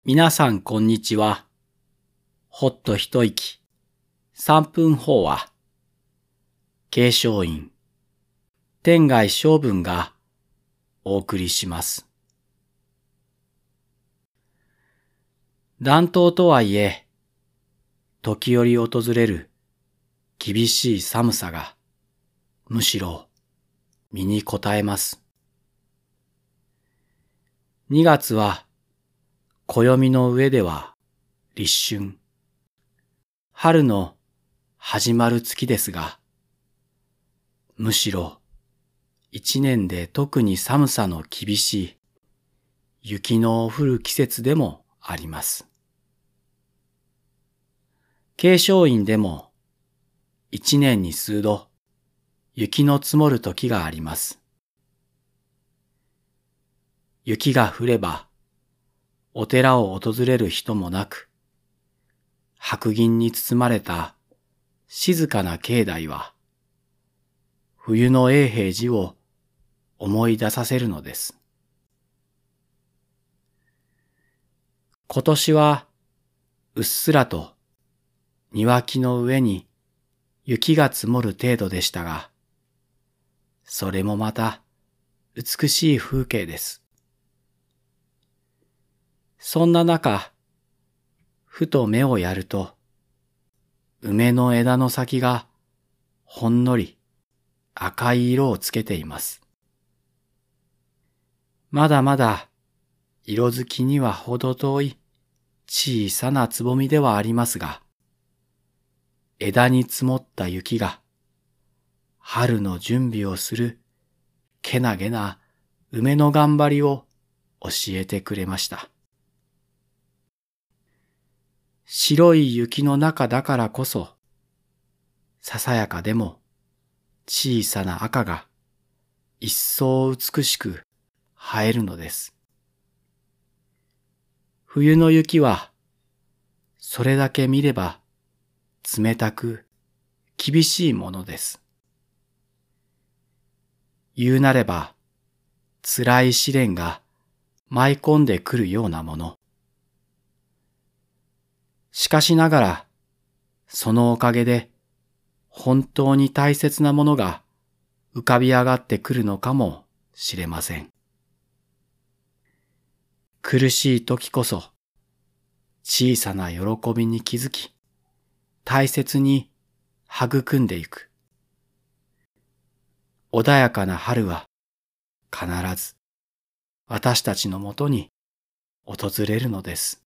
皆さんこんにちは。ほっと一息、3分法話、継承院、天外正文がお送りします。暖冬とはいえ、時折訪れる厳しい寒さが、むしろ身にこたえます。2月は、暦の上では立春、春の始まる月ですが、むしろ一年で特に寒さの厳しい雪の降る季節でもあります。慶祥院でも一年に数度雪の積もる時があります。雪が降ればお寺を訪れる人もなく、白銀に包まれた静かな境内は冬の永平寺を思い出させるのです。今年はうっすらと庭木の上に雪が積もる程度でしたが、それもまた美しい風景です。そんな中、ふと目をやると、梅の枝の先がほんのり赤い色をつけています。まだまだ色づきにはほど遠い小さなつぼみではありますが、枝に積もった雪が春の準備をするけなげな梅の頑張りを教えてくれました。白い雪の中だからこそ、ささやかでも小さな赤が一層美しく映えるのです。冬の雪はそれだけ見れば冷たく厳しいものです。言うなれば辛い試練が舞い込んでくるようなもの。しかしながら、そのおかげで本当に大切なものが浮かび上がってくるのかもしれません。苦しい時こそ小さな喜びに気づき、大切に育んでいく。穏やかな春は必ず私たちのもとに訪れるのです。